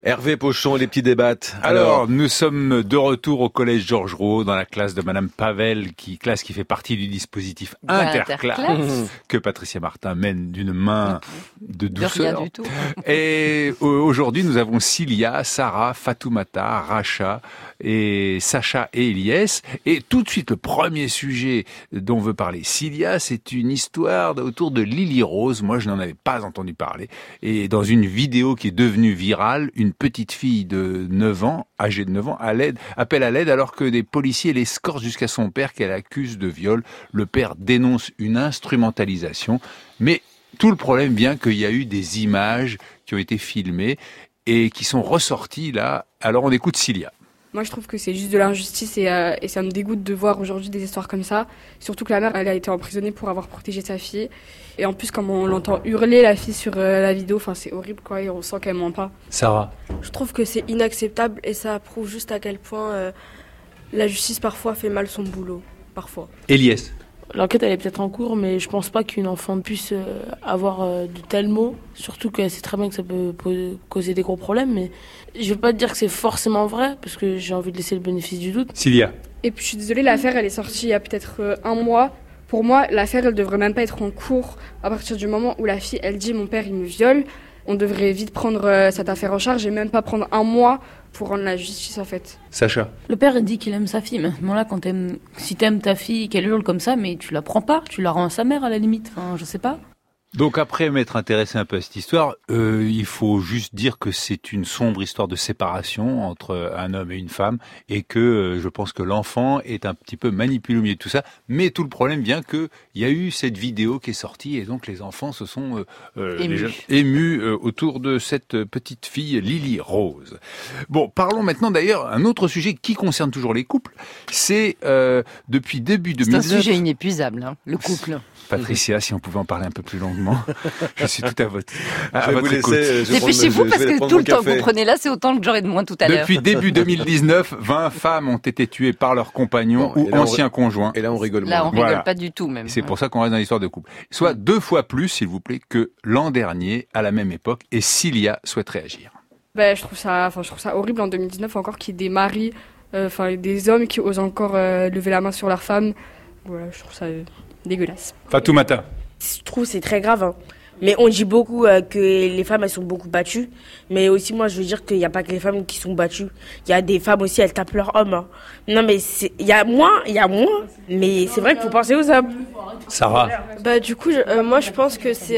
Hervé Pochon, les petits débattent. Alors, nous sommes de retour au collège Georges Rau, dans la classe de Madame Pavel, classe qui fait partie du dispositif interclasse que Patricia Martin mène d'une main de douceur. Rien du tout. Et aujourd'hui, nous avons Cilia, Sarah, Fatoumata, Racha et Sacha et Eliès. Et tout de suite, le premier sujet dont veut parler Cilia, c'est une histoire autour de Lily Rose. Moi, je n'en avais pas entendu parler. Et dans une vidéo qui est devenue virale, une petite fille de 9 ans, âgée de 9 ans, appelle à l'aide alors que des policiers l'escortent jusqu'à son père qu'elle accuse de viol. Le père dénonce une instrumentalisation, mais tout le problème vient qu'il y a eu des images qui ont été filmées et qui sont ressorties là. Alors on écoute Cilia. Moi, je trouve que c'est juste de l'injustice et ça me dégoûte de voir aujourd'hui des histoires comme ça. Surtout que la mère, elle a été emprisonnée pour avoir protégé sa fille. Et en plus, comme on l'entend hurler la fille sur la vidéo, c'est horrible, quoi, et on sent qu'elle ment pas. Sarah. Je trouve que c'est inacceptable et ça prouve juste à quel point la justice parfois fait mal son boulot. Parfois. Eliès. L'enquête, elle est peut-être en cours, mais je pense pas qu'une enfant puisse avoir de tels mots. Surtout qu'elle sait très bien que ça peut causer des gros problèmes. Mais je vais pas te dire que c'est forcément vrai, parce que j'ai envie de laisser le bénéfice du doute. Cilia. Et puis je suis désolée, l'affaire, elle est sortie il y a peut-être un mois. Pour moi, l'affaire, elle devrait même pas être en cours. À partir du moment où la fille, elle dit « mon père, il me viole », on devrait vite prendre cette affaire en charge et même pas prendre un mois pour rendre la justice, en fait. Sacha. Le père, il dit qu'il aime sa fille, mais à ce moment-là, si t'aimes ta fille, qu'elle hurle comme ça, mais tu la prends pas, tu la rends à sa mère à la limite, je sais pas. Donc après m'être intéressé un peu à cette histoire, il faut juste dire que c'est une sombre histoire de séparation entre un homme et une femme et que je pense que l'enfant est un petit peu manipulé au milieu de tout ça. Mais tout le problème vient qu'il y a eu cette vidéo qui est sortie et donc les enfants se sont émus autour de cette petite fille Lily Rose. Bon, parlons maintenant d'ailleurs un autre sujet qui concerne toujours les couples. C'est depuis début 2009... C'est un sujet inépuisable, le couple. Patricia, si on pouvait en parler un peu plus longuement. Je suis tout à votre écoute. Dépêchez-vous parce que tout le temps que vous prenez là, c'est autant que j'aurai de moins tout à l'heure. Depuis début 2019, 20 femmes ont été tuées par leurs compagnons ou anciens conjoints. Et là, on rigole Là, moins. on rigole pas du tout même. C'est pour ça qu'on reste dans l'histoire de couple. Soit 2 fois plus, s'il vous plaît, que l'an dernier, à la même époque. Et Cilia souhaite réagir. Je trouve ça horrible en 2019 encore qu'il y ait des maris, des hommes qui osent encore lever la main sur leur femme. Voilà, je trouve ça dégueulasse. Fatoumata. Je trouve que c'est très grave. Mais on dit beaucoup que les femmes, elles sont beaucoup battues. Mais aussi, moi, je veux dire qu'il n'y a pas que les femmes qui sont battues. Il y a des femmes aussi, elles tapent leur homme. Non, mais il y a moins. Mais c'est vrai qu'il faut penser aux hommes. Sarah. Du coup, moi, je pense que c'est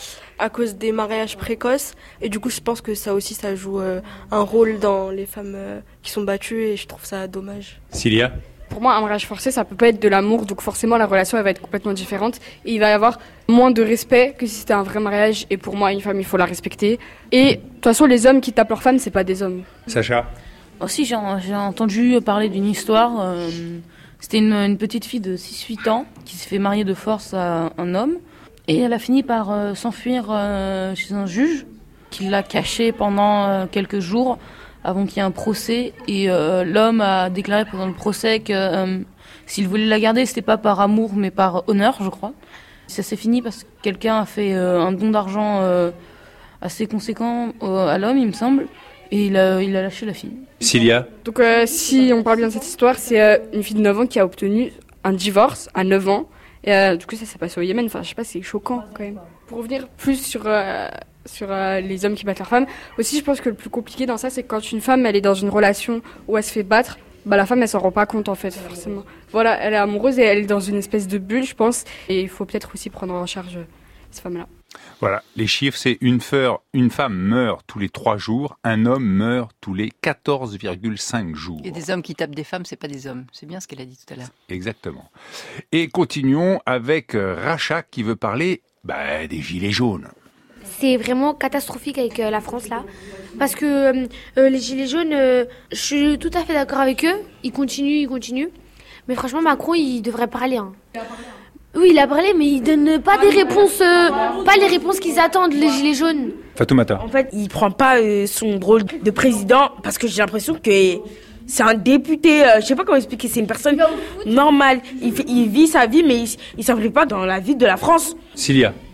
à cause des mariages précoces. Et du coup, je pense que ça aussi, ça joue un rôle dans les femmes qui sont battues. Et je trouve ça dommage. Cilia. Pour moi, un mariage forcé, ça peut pas être de l'amour, donc forcément la relation elle va être complètement différente et il va y avoir moins de respect que si c'était un vrai mariage. Et pour moi, une femme, il faut la respecter. Et de toute façon, les hommes qui tapent leurs femmes, c'est pas des hommes. Sacha. Aussi, j'ai entendu parler d'une histoire. C'était une petite fille de 6-8 ans qui s'est fait marier de force à un homme et elle a fini par s'enfuir chez un juge qui l'a cachée pendant quelques jours avant qu'il y ait un procès, et l'homme a déclaré pendant le procès que s'il voulait la garder, c'était pas par amour, mais par honneur, je crois. Ça s'est fini parce que quelqu'un a fait un don d'argent assez conséquent à l'homme, il me semble, et il a lâché la fille. Cilia. Donc si on parle bien de cette histoire, c'est une fille de 9 ans qui a obtenu un divorce à 9 ans, et du coup ça s'est passé au Yémen, je sais pas, c'est choquant quand même. Pour revenir plus sur les hommes qui battent leurs femmes. Aussi, je pense que le plus compliqué dans ça, c'est quand une femme, elle est dans une relation où elle se fait battre, la femme, elle s'en rend pas compte, en fait, forcément. Voilà, elle est amoureuse et elle est dans une espèce de bulle, je pense. Et il faut peut-être aussi prendre en charge ces femmes-là. Voilà, les chiffres, c'est une femme meurt tous les 3 jours, un homme meurt tous les 14,5 jours. Et des hommes qui tapent des femmes, c'est pas des hommes. C'est bien ce qu'elle a dit tout à l'heure. Exactement. Et continuons avec Racha qui veut parler des gilets jaunes. C'est vraiment catastrophique avec la France là, parce que les gilets jaunes, je suis tout à fait d'accord avec eux, ils continuent, mais franchement Macron il devrait parler. Oui, il a parlé, mais il donne pas des réponses, pas les réponses qu'ils attendent les gilets jaunes. Fatoumata. En fait, il prend pas son rôle de président parce que j'ai l'impression que c'est un député, je sais pas comment expliquer, c'est une personne normale. Il vit sa vie, mais il s'implique pas dans la vie de la France. Cilia.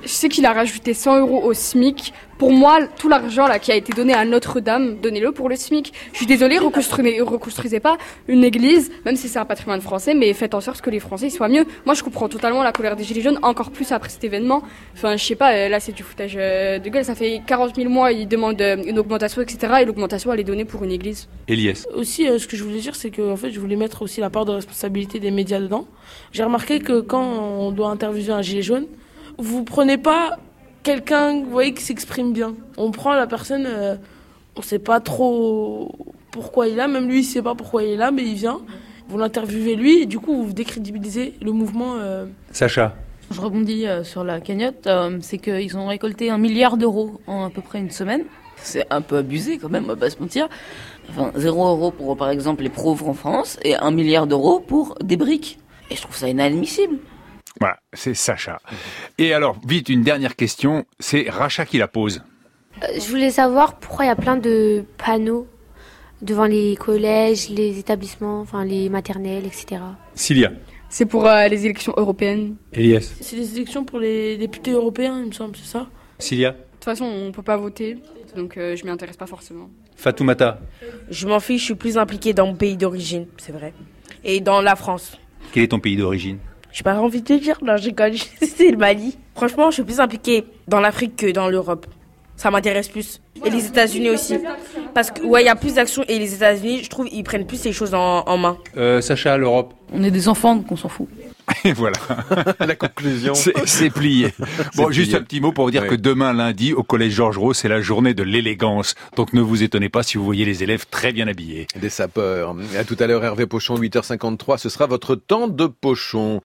Je sais qu'il a rajouté 100 € au SMIC. Pour moi, tout l'argent là qui a été donné à Notre-Dame, donnez-le pour le SMIC. Je suis désolée, reconstruisez pas une église, même si c'est un patrimoine français, mais faites en sorte que les Français soient mieux. Moi, je comprends totalement la colère des Gilets jaunes, encore plus après cet événement. Enfin, je sais pas, là, c'est du foutage de gueule. Ça fait 40 000 mois, ils demandent une augmentation, etc. Et l'augmentation, elle est donnée pour une église. Eliès. Aussi, ce que je voulais dire, c'est que en fait, je voulais mettre aussi la part de responsabilité des médias dedans. J'ai remarqué que quand on doit interviewer un gilet jaune, vous prenez pas quelqu'un, vous voyez, qui s'exprime bien. On prend la personne, on sait pas trop pourquoi il est là, même lui il sait pas pourquoi il est là, mais il vient. Vous l'interviewez lui et du coup vous décrédibilisez le mouvement. Sacha. Je rebondis sur la cagnotte, c'est qu'ils ont récolté 1 milliard d'euros en à peu près une semaine. C'est un peu abusé quand même, on va pas se mentir. Enfin, 0 € pour par exemple les pauvres en France et 1 milliard d'euros pour des briques. Et je trouve ça inadmissible. Voilà, c'est Sacha. Et alors, vite, une dernière question, c'est Racha qui la pose. Je voulais savoir pourquoi il y a plein de panneaux devant les collèges, les établissements, enfin les maternelles, etc. Cilia. C'est pour les élections européennes. Eliès. C'est les élections pour les députés européens, il me semble, c'est ça? Cilia. De toute façon, on peut pas voter, donc je m'y intéresse pas forcément. Fatoumata. Je m'en fiche, je suis plus impliquée dans mon pays d'origine, c'est vrai. Et dans la France. Quel est ton pays d'origine? J'ai pas envie de te dire, non, je rigole, c'est le Mali. Franchement, je suis plus impliquée dans l'Afrique que dans l'Europe. Ça m'intéresse plus. Et les États-Unis aussi. Parce que, ouais, il y a plus d'actions et les États-Unis, je trouve, ils prennent plus les choses en main. Sacha, l'Europe. On est des enfants, donc on s'en fout. Et voilà. La conclusion. C'est plié. Bon, C'est juste plié. un petit mot pour dire que demain, lundi, au collège Georges Rose, c'est la journée de l'élégance. Donc ne vous étonnez pas si vous voyez les élèves très bien habillés. Des sapeurs. Et à tout à l'heure, Hervé Pochon, 8h53. Ce sera votre temps de Pochon.